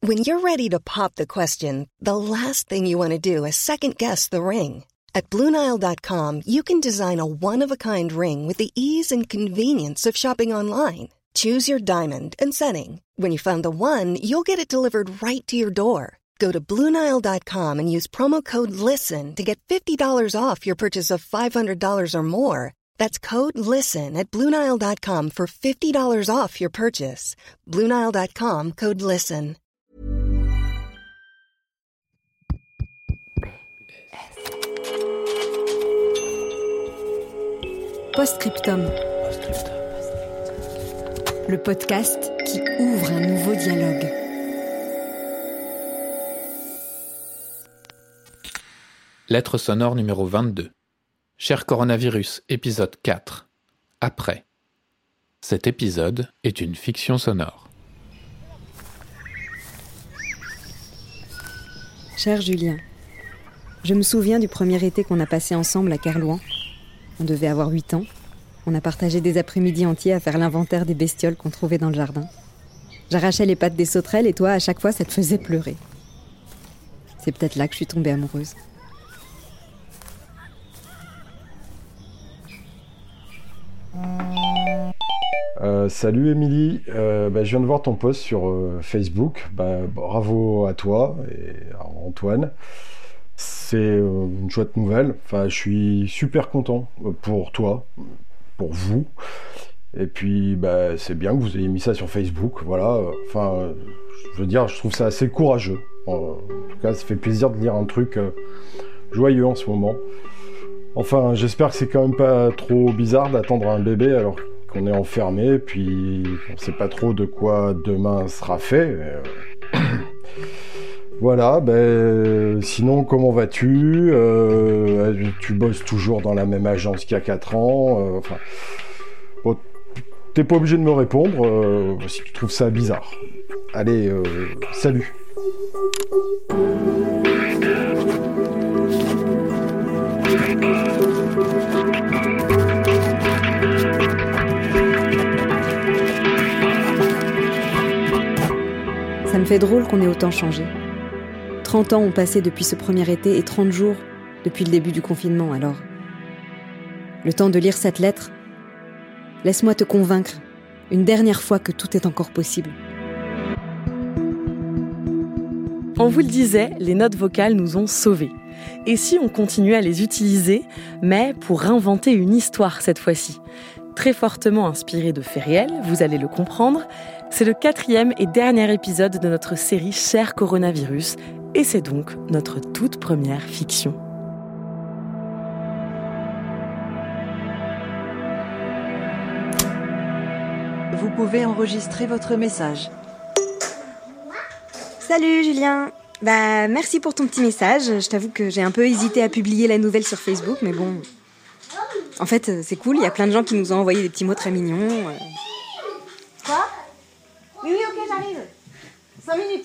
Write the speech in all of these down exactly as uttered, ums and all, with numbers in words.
When you're ready to pop the question, the last thing you want to do is second-guess the ring. At Blue Nile dot com, you can design a one-of-a-kind ring with the ease and convenience of shopping online. Choose your diamond and setting. When you find the one, you'll get it delivered right to your door. Go to Blue Nile dot com and use promo code LISTEN to get fifty dollars off your purchase of five hundred dollars or more. That's code LISTEN at Blue Nile dot com for fifty dollars off your purchase. Blue Nile dot com, code LISTEN. Postscriptum. Le podcast qui ouvre un nouveau dialogue. Lettre sonore numéro vingt-deux. Cher coronavirus, épisode quatre. Après. Cet épisode est une fiction sonore. Cher Julien, je me souviens du premier été qu'on a passé ensemble à Kerlouan. On devait avoir huit ans. On a partagé des après-midi entiers à faire l'inventaire des bestioles qu'on trouvait dans le jardin. J'arrachais les pattes des sauterelles et toi, à chaque fois, ça te faisait pleurer. C'est peut-être là que je suis tombée amoureuse. Euh, salut Émilie, euh, bah, je viens de voir ton post sur euh, Facebook. Bah, bravo à toi et à Antoine. C'est euh, une chouette nouvelle. Enfin, je suis super content pour toi, pour vous. Et puis, bah, c'est bien que vous ayez mis ça sur Facebook. Voilà. Enfin, euh, je veux dire, je trouve ça assez courageux. En tout cas, ça fait plaisir de lire un truc euh, joyeux en ce moment. Enfin, j'espère que c'est quand même pas trop bizarre d'attendre un bébé alors qu'on est enfermé, puis on sait pas trop de quoi demain sera fait. Voilà, ben, sinon, comment vas-tu ? euh, Tu bosses toujours dans la même agence qu'il y a quatre ans euh, enfin, bon, t'es pas obligé de me répondre euh, si tu trouves ça bizarre. Allez, euh, salut. Ça me fait drôle qu'on ait autant changé. trente ans ont passé depuis ce premier été et trente jours depuis le début du confinement, alors. Le temps de lire cette lettre, laisse-moi te convaincre, une dernière fois, que tout est encore possible. On vous le disait, les notes vocales nous ont sauvés. Et si on continuait à les utiliser, mais pour inventer une histoire cette fois-ci ? Très fortement inspiré de faits réels, vous allez le comprendre, c'est le quatrième et dernier épisode de notre série Cher coronavirus, et c'est donc notre toute première fiction. Vous pouvez enregistrer votre message. Salut Julien. Bah merci pour ton petit message. Je t'avoue que j'ai un peu hésité à publier la nouvelle sur Facebook, mais bon. En fait, c'est cool, il y a plein de gens qui nous ont envoyé des petits mots très mignons. Quoi ? Oui, oui, ok, j'arrive. Cinq minutes.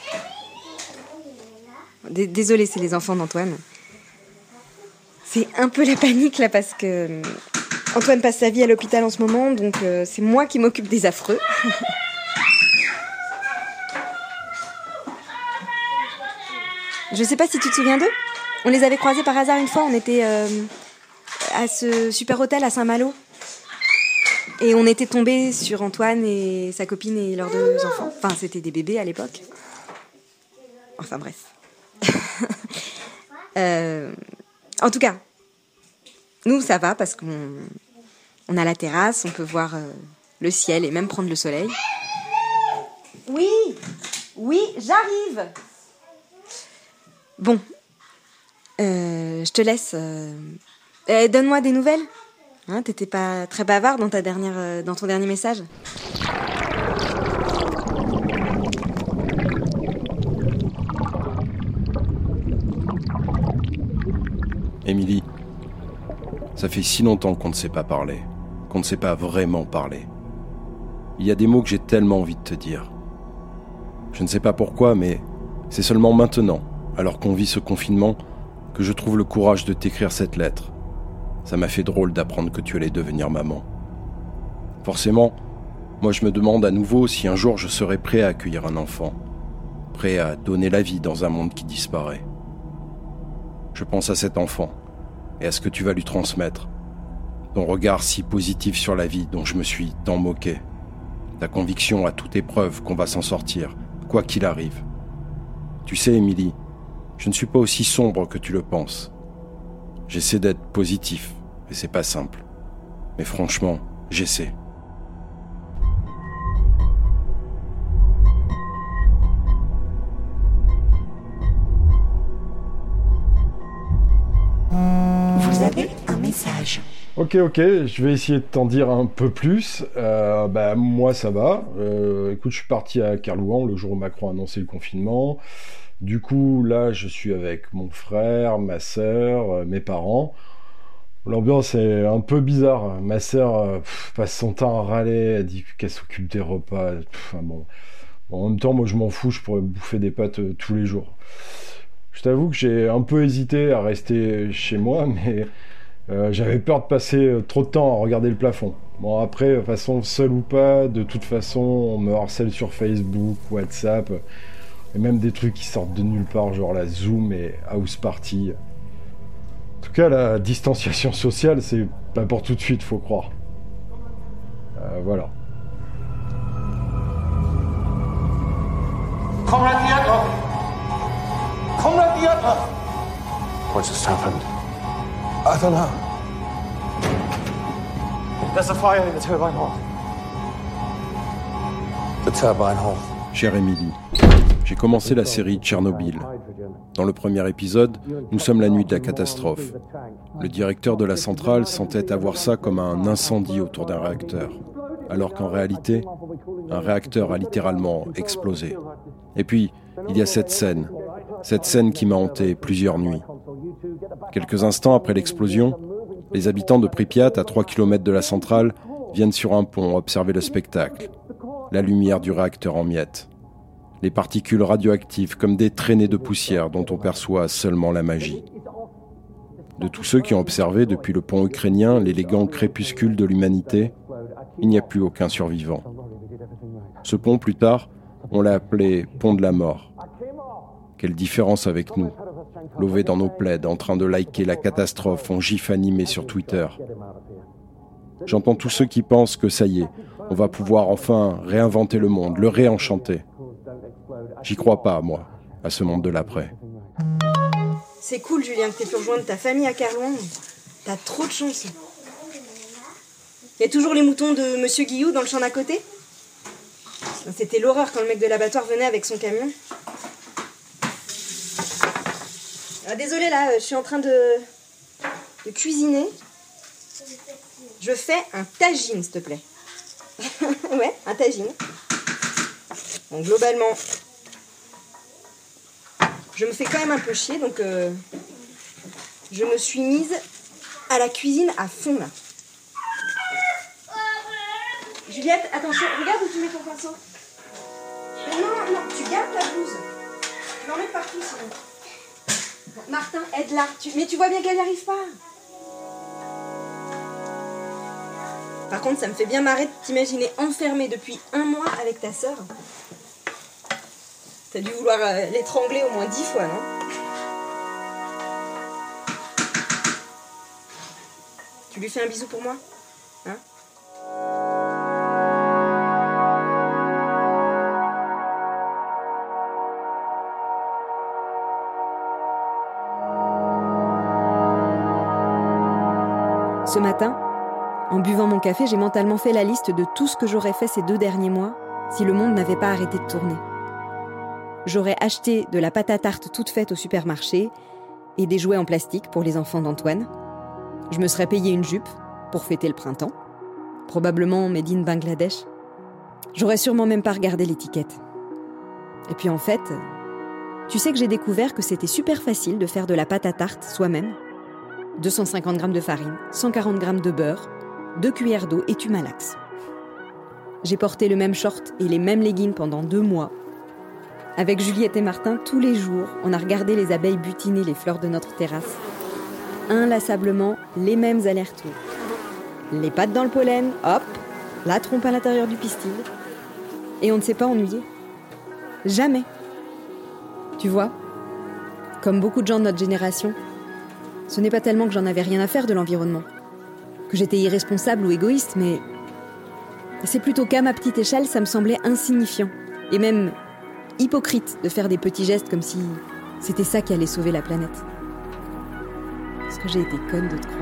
D- Désolée, c'est les enfants d'Antoine. C'est un peu la panique là parce que Antoine passe sa vie à l'hôpital en ce moment, donc euh, c'est moi qui m'occupe des affreux. Je sais pas si tu te souviens d'eux. On les avait croisés par hasard une fois, on était euh, à ce super hôtel à Saint-Malo. Et on était tombés sur Antoine et sa copine et leurs deux enfants. Enfin, c'était des bébés à l'époque. Enfin bref. euh, en tout cas, nous ça va parce qu'on on a la terrasse, on peut voir euh, le ciel et même prendre le soleil. Oui, oui, j'arrive. Bon, euh, je te laisse. Euh... Euh, donne-moi des nouvelles. Hein, t'étais pas très bavard dans ta dernière, euh, dans ton dernier message. Émilie, ça fait si longtemps qu'on ne s'est pas parlé, qu'on ne s'est pas vraiment parlé. Il y a des mots que j'ai tellement envie de te dire. Je ne sais pas pourquoi, mais c'est seulement maintenant, alors qu'on vit ce confinement, que je trouve le courage de t'écrire cette lettre. Ça m'a fait drôle d'apprendre que tu allais devenir maman. Forcément, moi je me demande à nouveau si un jour je serai prêt à accueillir un enfant. prêt à donner la vie dans un monde qui disparaît. Je pense à cet enfant et à ce que tu vas lui transmettre. Ton regard si positif sur la vie dont je me suis tant moqué. Ta conviction à toute épreuve qu'on va s'en sortir, quoi qu'il arrive. Tu sais, Émilie, je ne suis pas aussi sombre que tu le penses. J'essaie d'être positif, et c'est pas simple. Mais franchement, j'essaie. Vous avez un message. Ok, ok, je vais essayer de t'en dire un peu plus. Euh, bah, moi, ça va. Euh, écoute, je suis parti à Kerlouan le jour où Macron a annoncé le confinement. Du coup, là, je suis avec mon frère, ma sœur, euh, mes parents. L'ambiance est un peu bizarre. Ma sœur euh, pff, passe son temps à râler, elle dit qu'elle s'occupe des repas. Pff, bon. Bon, en même temps, moi, je m'en fous, je pourrais bouffer des pâtes euh, tous les jours. Je t'avoue que j'ai un peu hésité à rester chez moi, mais... Euh, j'avais peur de passer euh, trop de temps à regarder le plafond. Bon, après, de toute façon, seul ou pas, de toute façon, on me harcèle sur Facebook, WhatsApp, euh, et même des trucs qui sortent de nulle part, genre la Zoom et House Party. En tout cas, la distanciation sociale, c'est pas pour tout de suite, faut croire. Euh, voilà. Comrade Diatov! Comrade Diatov! What's just happened? I don't know. There's a fire in the turbine hall. The turbine hall. Chère Émilie, j'ai commencé la série Tchernobyl. Dans le premier épisode, nous sommes la nuit de la catastrophe. Le directeur de la centrale sentait avoir ça comme un incendie autour d'un réacteur, alors qu'en réalité, un réacteur a littéralement explosé. Et puis, il y a cette scène, cette scène qui m'a hanté plusieurs nuits. Quelques instants après l'explosion, les habitants de Pripyat, à trois kilomètres de la centrale, viennent sur un pont observer le spectacle. La lumière du réacteur en miettes. Les particules radioactives comme des traînées de poussière dont on perçoit seulement la magie. De tous ceux qui ont observé depuis le pont ukrainien l'élégant crépuscule de l'humanité, il n'y a plus aucun survivant. Ce pont, plus tard, on l'a appelé pont de la mort. Quelle différence avec nous, lové dans nos plaids, en train de liker la catastrophe en gif animé sur Twitter. J'entends tous ceux qui pensent que ça y est, on va pouvoir enfin réinventer le monde, le réenchanter. J'y crois pas, moi, à ce monde de l'après. C'est cool, Julien, que t'aies pu rejoindre ta famille à Kerlouan. T'as trop de chance. Y a toujours les moutons de Monsieur Guillou dans le champ d'à côté? C'était l'horreur quand le mec de l'abattoir venait avec son camion. Ah, désolée, là, je suis en train de... de cuisiner. Je fais un tagine, s'il te plaît. Ouais, un tagine. Bon, globalement, je me fais quand même un peu chier, donc euh, je me suis mise à la cuisine à fond, là. Juliette, attention, regarde où tu mets ton pinceau. Mais non, non, tu gardes ta blouse. Tu vas en mettre partout, sinon. Martin, aide-la. Tu... Mais tu vois bien qu'elle n'y arrive pas. Par contre, ça me fait bien marrer de t'imaginer enfermée depuis un mois avec ta sœur. T'as dû vouloir euh, l'étrangler au moins dix fois, non? Tu lui fais un bisou pour moi? Hein? Ce matin, en buvant mon café, j'ai mentalement fait la liste de tout ce que j'aurais fait ces deux derniers mois si le monde n'avait pas arrêté de tourner. J'aurais acheté de la pâte à tarte toute faite au supermarché et des jouets en plastique pour les enfants d'Antoine. Je me serais payé une jupe pour fêter le printemps, probablement made in Bangladesh. J'aurais sûrement même pas regardé l'étiquette. Et puis en fait, tu sais que j'ai découvert que c'était super facile de faire de la pâte à tarte soi-même. deux cent cinquante grammes de farine, cent quarante grammes de beurre, deux cuillères d'eau et tu malaxes. J'ai porté le même short et les mêmes leggings pendant deux mois. Avec Juliette et Martin, tous les jours, on a regardé les abeilles butiner les fleurs de notre terrasse. Inlassablement, les mêmes allers-retours. Les pattes dans le pollen, hop, la trompe à l'intérieur du pistil. Et on ne s'est pas ennuyé. Jamais. Tu vois, comme beaucoup de gens de notre génération, ce n'est pas tellement que j'en avais rien à faire de l'environnement, que j'étais irresponsable ou égoïste, mais c'est plutôt qu'à ma petite échelle, ça me semblait insignifiant, et même hypocrite de faire des petits gestes comme si c'était ça qui allait sauver la planète. Est-ce que j'ai été conne de te croire ?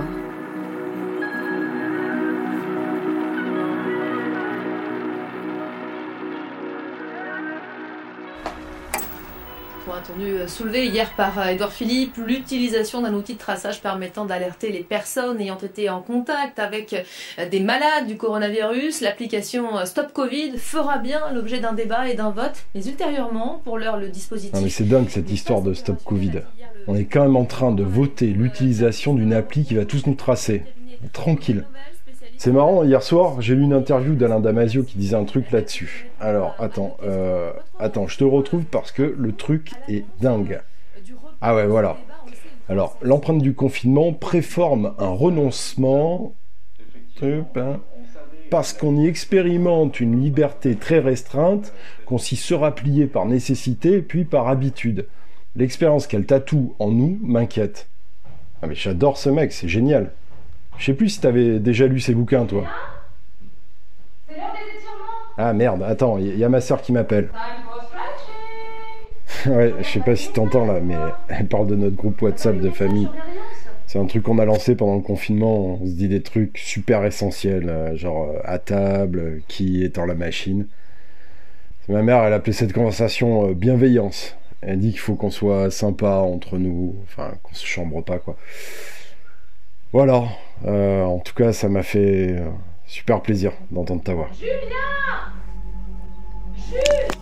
Entendu soulevé hier par Édouard Philippe, l'utilisation d'un outil de traçage permettant d'alerter les personnes ayant été en contact avec des malades du coronavirus. L'application Stop Covid fera bien l'objet d'un débat et d'un vote, mais ultérieurement, pour l'heure, le dispositif... Non mais c'est dingue cette histoire de Stop Covid. On est quand même en train de voter l'utilisation d'une appli qui va tous nous tracer. Tranquille. C'est marrant, hier soir, j'ai lu une interview d'Alain Damasio qui disait un truc là-dessus. Alors, attends, euh, attends, je te retrouve parce que le truc est dingue. Ah ouais, voilà. Alors, l'empreinte du confinement préforme un renoncement parce qu'on y expérimente une liberté très restreinte qu'on s'y sera plié par nécessité puis par habitude. L'expérience qu'elle tatoue en nous m'inquiète. Ah mais j'adore ce mec, c'est génial. Je sais plus si t'avais déjà lu ses bouquins, toi. C'est l'heure des étirements. Ah merde, attends, il y, y a ma sœur qui m'appelle. Ouais, je sais pas si t'entends là, mais elle parle de notre groupe WhatsApp de famille. C'est un truc qu'on a lancé pendant le confinement. On se dit des trucs super essentiels, genre à table, qui étend la machine. Ma mère, elle appelait cette conversation bienveillance. Elle dit qu'il faut qu'on soit sympa entre nous, enfin qu'on se chambre pas quoi. Voilà, euh, en tout cas ça m'a fait euh, super plaisir d'entendre ta voix. Julien Jules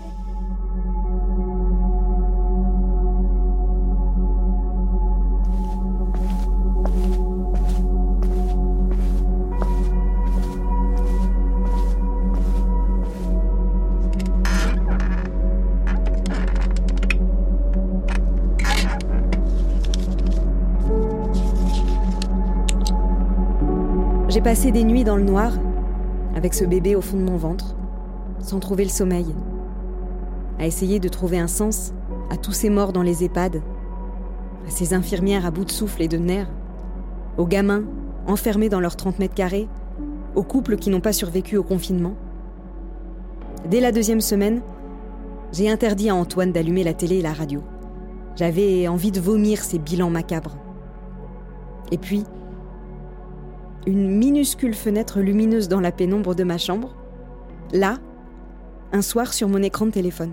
J'ai passé des nuits dans le noir, avec ce bébé au fond de mon ventre, sans trouver le sommeil, à essayer de trouver un sens à tous ces morts dans les EHPAD, à ces infirmières à bout de souffle et de nerfs, aux gamins enfermés dans leurs trente mètres carrés, aux couples qui n'ont pas survécu au confinement. Dès la deuxième semaine, j'ai interdit à Antoine d'allumer la télé et la radio. J'avais envie de vomir ces bilans macabres. Et puis, une minuscule fenêtre lumineuse dans la pénombre de ma chambre. Là, un soir sur mon écran de téléphone.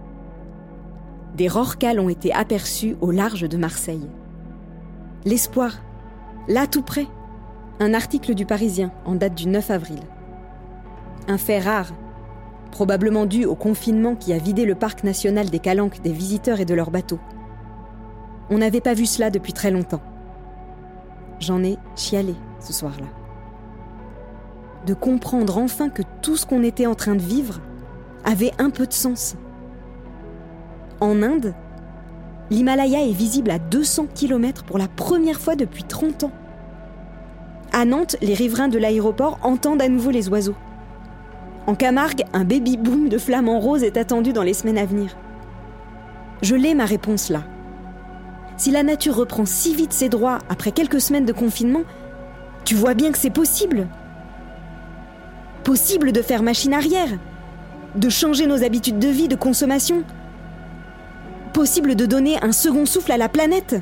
Des rorquals ont été aperçus au large de Marseille. L'espoir, là tout près. Un article du Parisien en date du neuf avril. Un fait rare, probablement dû au confinement qui a vidé le parc national des Calanques des visiteurs et de leurs bateaux. On n'avait pas vu cela depuis très longtemps. J'en ai chialé ce soir-là. De comprendre enfin que tout ce qu'on était en train de vivre avait un peu de sens. En Inde, l'Himalaya est visible à deux cents kilomètres pour la première fois depuis trente ans. À Nantes, les riverains de l'aéroport entendent à nouveau les oiseaux. En Camargue, un baby-boom de flamants roses est attendu dans les semaines à venir. Je l'ai ma réponse là. Si la nature reprend si vite ses droits après quelques semaines de confinement, tu vois bien que c'est possible. Possible de faire machine arrière, de changer nos habitudes de vie, de consommation. Possible de donner un second souffle à la planète.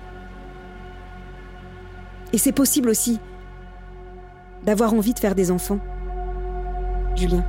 Et c'est possible aussi d'avoir envie de faire des enfants. Julien.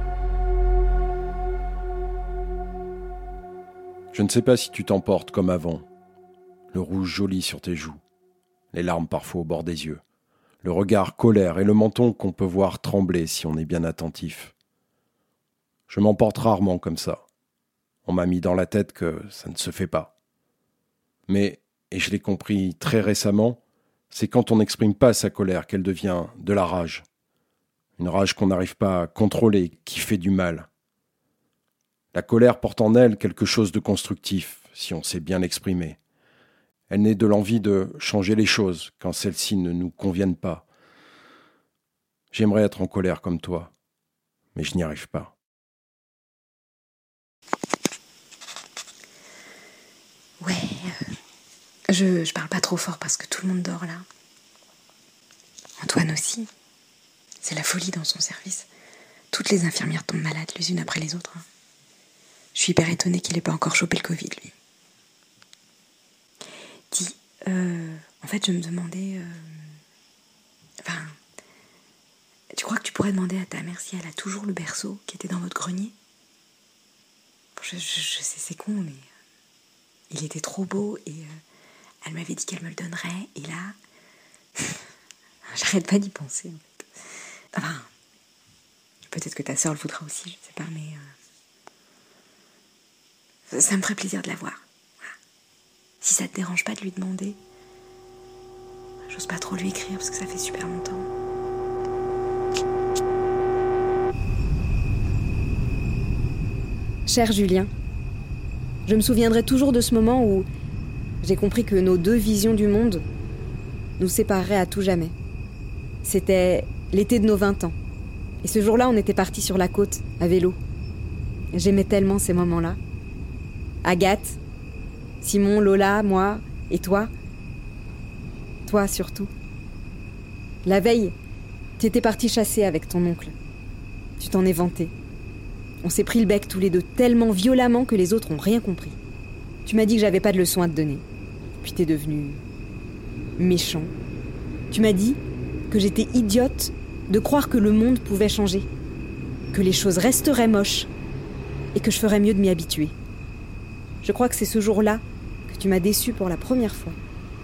Je ne sais pas si tu t'emportes comme avant. Le rouge joli sur tes joues, les larmes parfois au bord des yeux, le regard colère et le menton qu'on peut voir trembler si on est bien attentif. Je m'emporte rarement comme ça. On m'a mis dans la tête que ça ne se fait pas. Mais, et je l'ai compris très récemment, c'est quand on n'exprime pas sa colère qu'elle devient de la rage. Une rage qu'on n'arrive pas à contrôler, qui fait du mal. La colère porte en elle quelque chose de constructif, si on sait bien l'exprimer. Elle naît de l'envie de changer les choses quand celles-ci ne nous conviennent pas. J'aimerais être en colère comme toi, mais je n'y arrive pas. Je, je parle pas trop fort parce que tout le monde dort là. Antoine aussi. C'est la folie dans son service. Toutes les infirmières tombent malades les unes après les autres. Je suis hyper étonnée qu'il ait pas encore chopé le Covid, lui. Dis, euh, en fait, je me demandais... Euh, enfin, tu crois que tu pourrais demander à ta mère si elle a toujours le berceau qui était dans votre grenier ? je, je, je sais, c'est con, mais... Il était trop beau et euh, elle m'avait dit qu'elle me le donnerait. Et là, j'arrête pas d'y penser, en fait. Enfin, peut-être que ta sœur le voudra aussi, je sais pas, mais... Euh, ça me ferait plaisir de la voir. Voilà. Si ça te dérange pas de lui demander, j'ose pas trop lui écrire parce que ça fait super longtemps. Cher Julien, je me souviendrai toujours de ce moment où j'ai compris que nos deux visions du monde nous sépareraient à tout jamais. C'était l'été de nos vingt ans. Et ce jour-là, on était partis sur la côte, à vélo. J'aimais tellement ces moments-là. Agathe, Simon, Lola, moi et toi. Toi surtout. La veille, tu étais parti chasser avec ton oncle. Tu t'en es vanté. On s'est pris le bec tous les deux tellement violemment que les autres ont rien compris. Tu m'as dit que j'avais pas de leçon à te donner. Puis t'es devenu méchant. Tu m'as dit que j'étais idiote de croire que le monde pouvait changer, que les choses resteraient moches et que je ferais mieux de m'y habituer. Je crois que c'est ce jour-là que tu m'as déçu pour la première fois.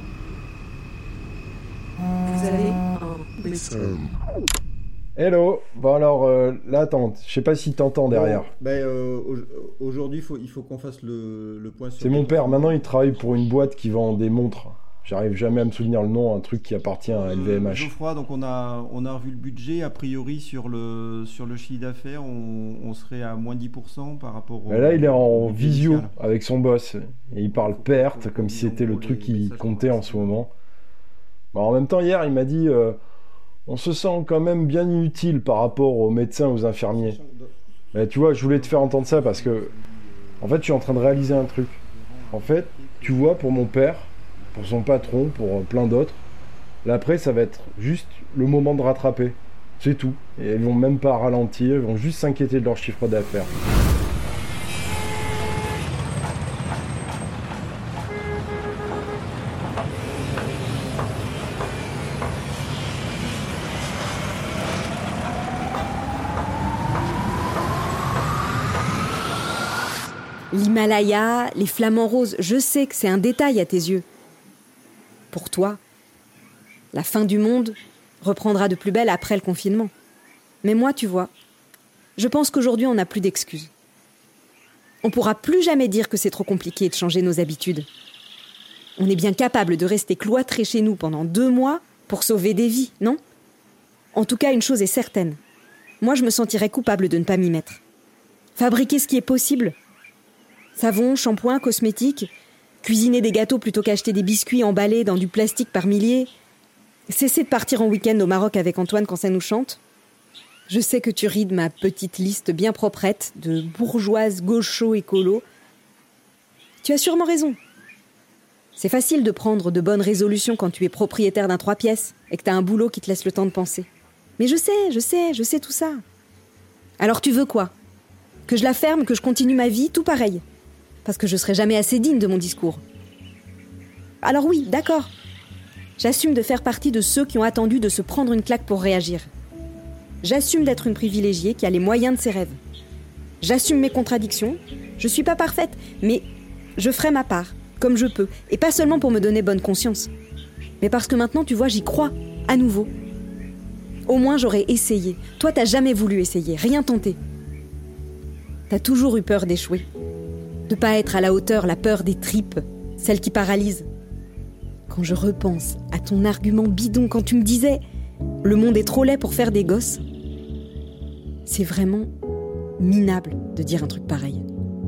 Vous avez un message. Hello. Bon alors, euh, là, attends, je sais pas si t'entends derrière. Bon, ben, euh, aujourd'hui, faut, il faut qu'on fasse le, le point sur... C'est mon père, maintenant il travaille pour une boîte qui vend des montres. J'arrive jamais à me souvenir le nom, un truc qui appartient à L V M H. Euh, Geoffroy, donc on a, on a revu le budget, a priori sur le, sur le chiffre d'affaires, on, on serait à moins dix pour cent par rapport au... Mais là il est en visio initial avec son boss, et il parle perte, comme si c'était le truc qui comptait en ce moment. Bah, en même temps, hier il m'a dit... Euh, on se sent quand même bien inutile par rapport aux médecins, aux infirmiers. Mais tu vois, je voulais te faire entendre ça parce que, en fait, je suis en train de réaliser un truc. En fait, tu vois, pour mon père, pour son patron, pour plein d'autres, l'après, ça va être juste le moment de rattraper. C'est tout. Et ils vont même pas ralentir, ils vont juste s'inquiéter de leur chiffre d'affaires. L'Himalaya, les flamants roses, je sais que c'est un détail à tes yeux. Pour toi, la fin du monde reprendra de plus belle après le confinement. Mais moi, tu vois, je pense qu'aujourd'hui, on n'a plus d'excuses. On pourra plus jamais dire que c'est trop compliqué de changer nos habitudes. On est bien capable de rester cloîtrés chez nous pendant deux mois pour sauver des vies, non ? En tout cas, une chose est certaine. Moi, je me sentirais coupable de ne pas m'y mettre. Fabriquer ce qui est possible. Savon, shampoing, cosmétiques, cuisiner des gâteaux plutôt qu'acheter des biscuits emballés dans du plastique par milliers, cesser de partir en week-end au Maroc avec Antoine quand ça nous chante. Je sais que tu ris de ma petite liste bien proprette de bourgeoises gaucho écolo. Tu as sûrement raison. C'est facile de prendre de bonnes résolutions quand tu es propriétaire d'un trois pièces et que tu as un boulot qui te laisse le temps de penser. Mais je sais, je sais, je sais tout ça. Alors tu veux quoi ? Que je la ferme, que je continue ma vie, tout pareil ? Parce que je serai jamais assez digne de mon discours. Alors oui, d'accord. J'assume de faire partie de ceux qui ont attendu de se prendre une claque pour réagir. J'assume d'être une privilégiée qui a les moyens de ses rêves. J'assume mes contradictions. Je suis pas parfaite, mais je ferai ma part, comme je peux. Et pas seulement pour me donner bonne conscience. Mais parce que maintenant, tu vois, j'y crois, à nouveau. Au moins, j'aurais essayé. Toi, t'as jamais voulu essayer, rien tenté. T'as toujours eu peur d'échouer. De pas être à la hauteur, la peur des tripes, celle qui paralyse. Quand je repense à ton argument bidon quand tu me disais « le monde est trop laid pour faire des gosses », c'est vraiment minable de dire un truc pareil.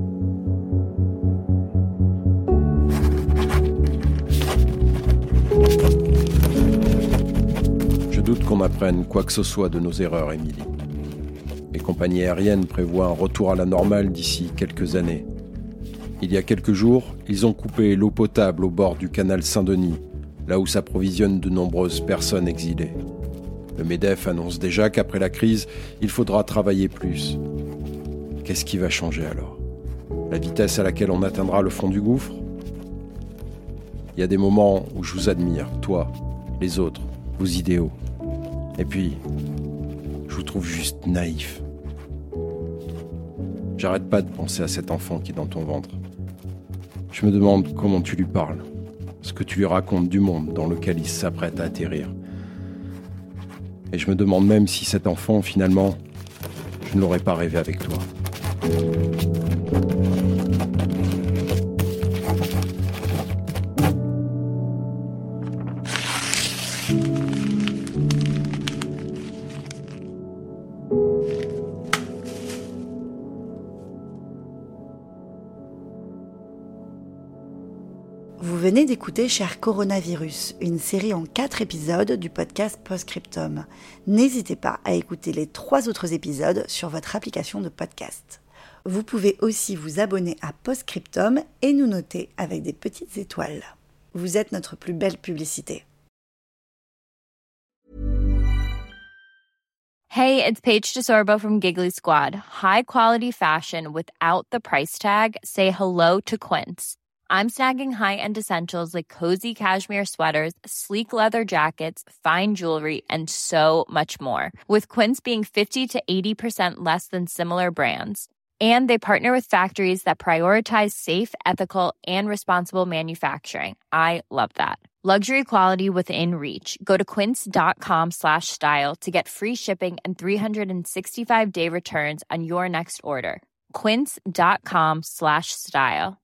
Je doute qu'on apprenne quoi que ce soit de nos erreurs, Émilie. Les compagnies aériennes prévoient un retour à la normale d'ici quelques années. Il y a quelques jours, ils ont coupé l'eau potable au bord du canal Saint-Denis, là où s'approvisionnent de nombreuses personnes exilées. Le MEDEF annonce déjà qu'après la crise, il faudra travailler plus. Qu'est-ce qui va changer alors ? La vitesse à laquelle on atteindra le fond du gouffre ? Il y a des moments où je vous admire, toi, les autres, vos idéaux. Et puis, je vous trouve juste naïf. J'arrête pas de penser à cet enfant qui est dans ton ventre. Je me demande comment tu lui parles, ce que tu lui racontes du monde dans lequel il s'apprête à atterrir. Et je me demande même si cet enfant, finalement, je ne l'aurais pas rêvé avec toi. Vous venez d'écouter Cher Coronavirus, une série en quatre épisodes du podcast Postscriptum. N'hésitez pas à écouter les trois autres épisodes sur votre application de podcast. Vous pouvez aussi vous abonner à Postscriptum et nous noter avec des petites étoiles. Vous êtes notre plus belle publicité. Hey, it's Paige DeSorbo from Giggly Squad. High quality fashion without the price tag. Say hello to Quince. I'm snagging high-end essentials like cozy cashmere sweaters, sleek leather jackets, fine jewelry, and so much more. With Quince being fifty to eighty percent less than similar brands. And they partner with factories that prioritize safe, ethical, and responsible manufacturing. I love that. Luxury quality within reach. Go to quince.com slash style to get free shipping and three sixty-five day returns on your next order. Quince.com slash style.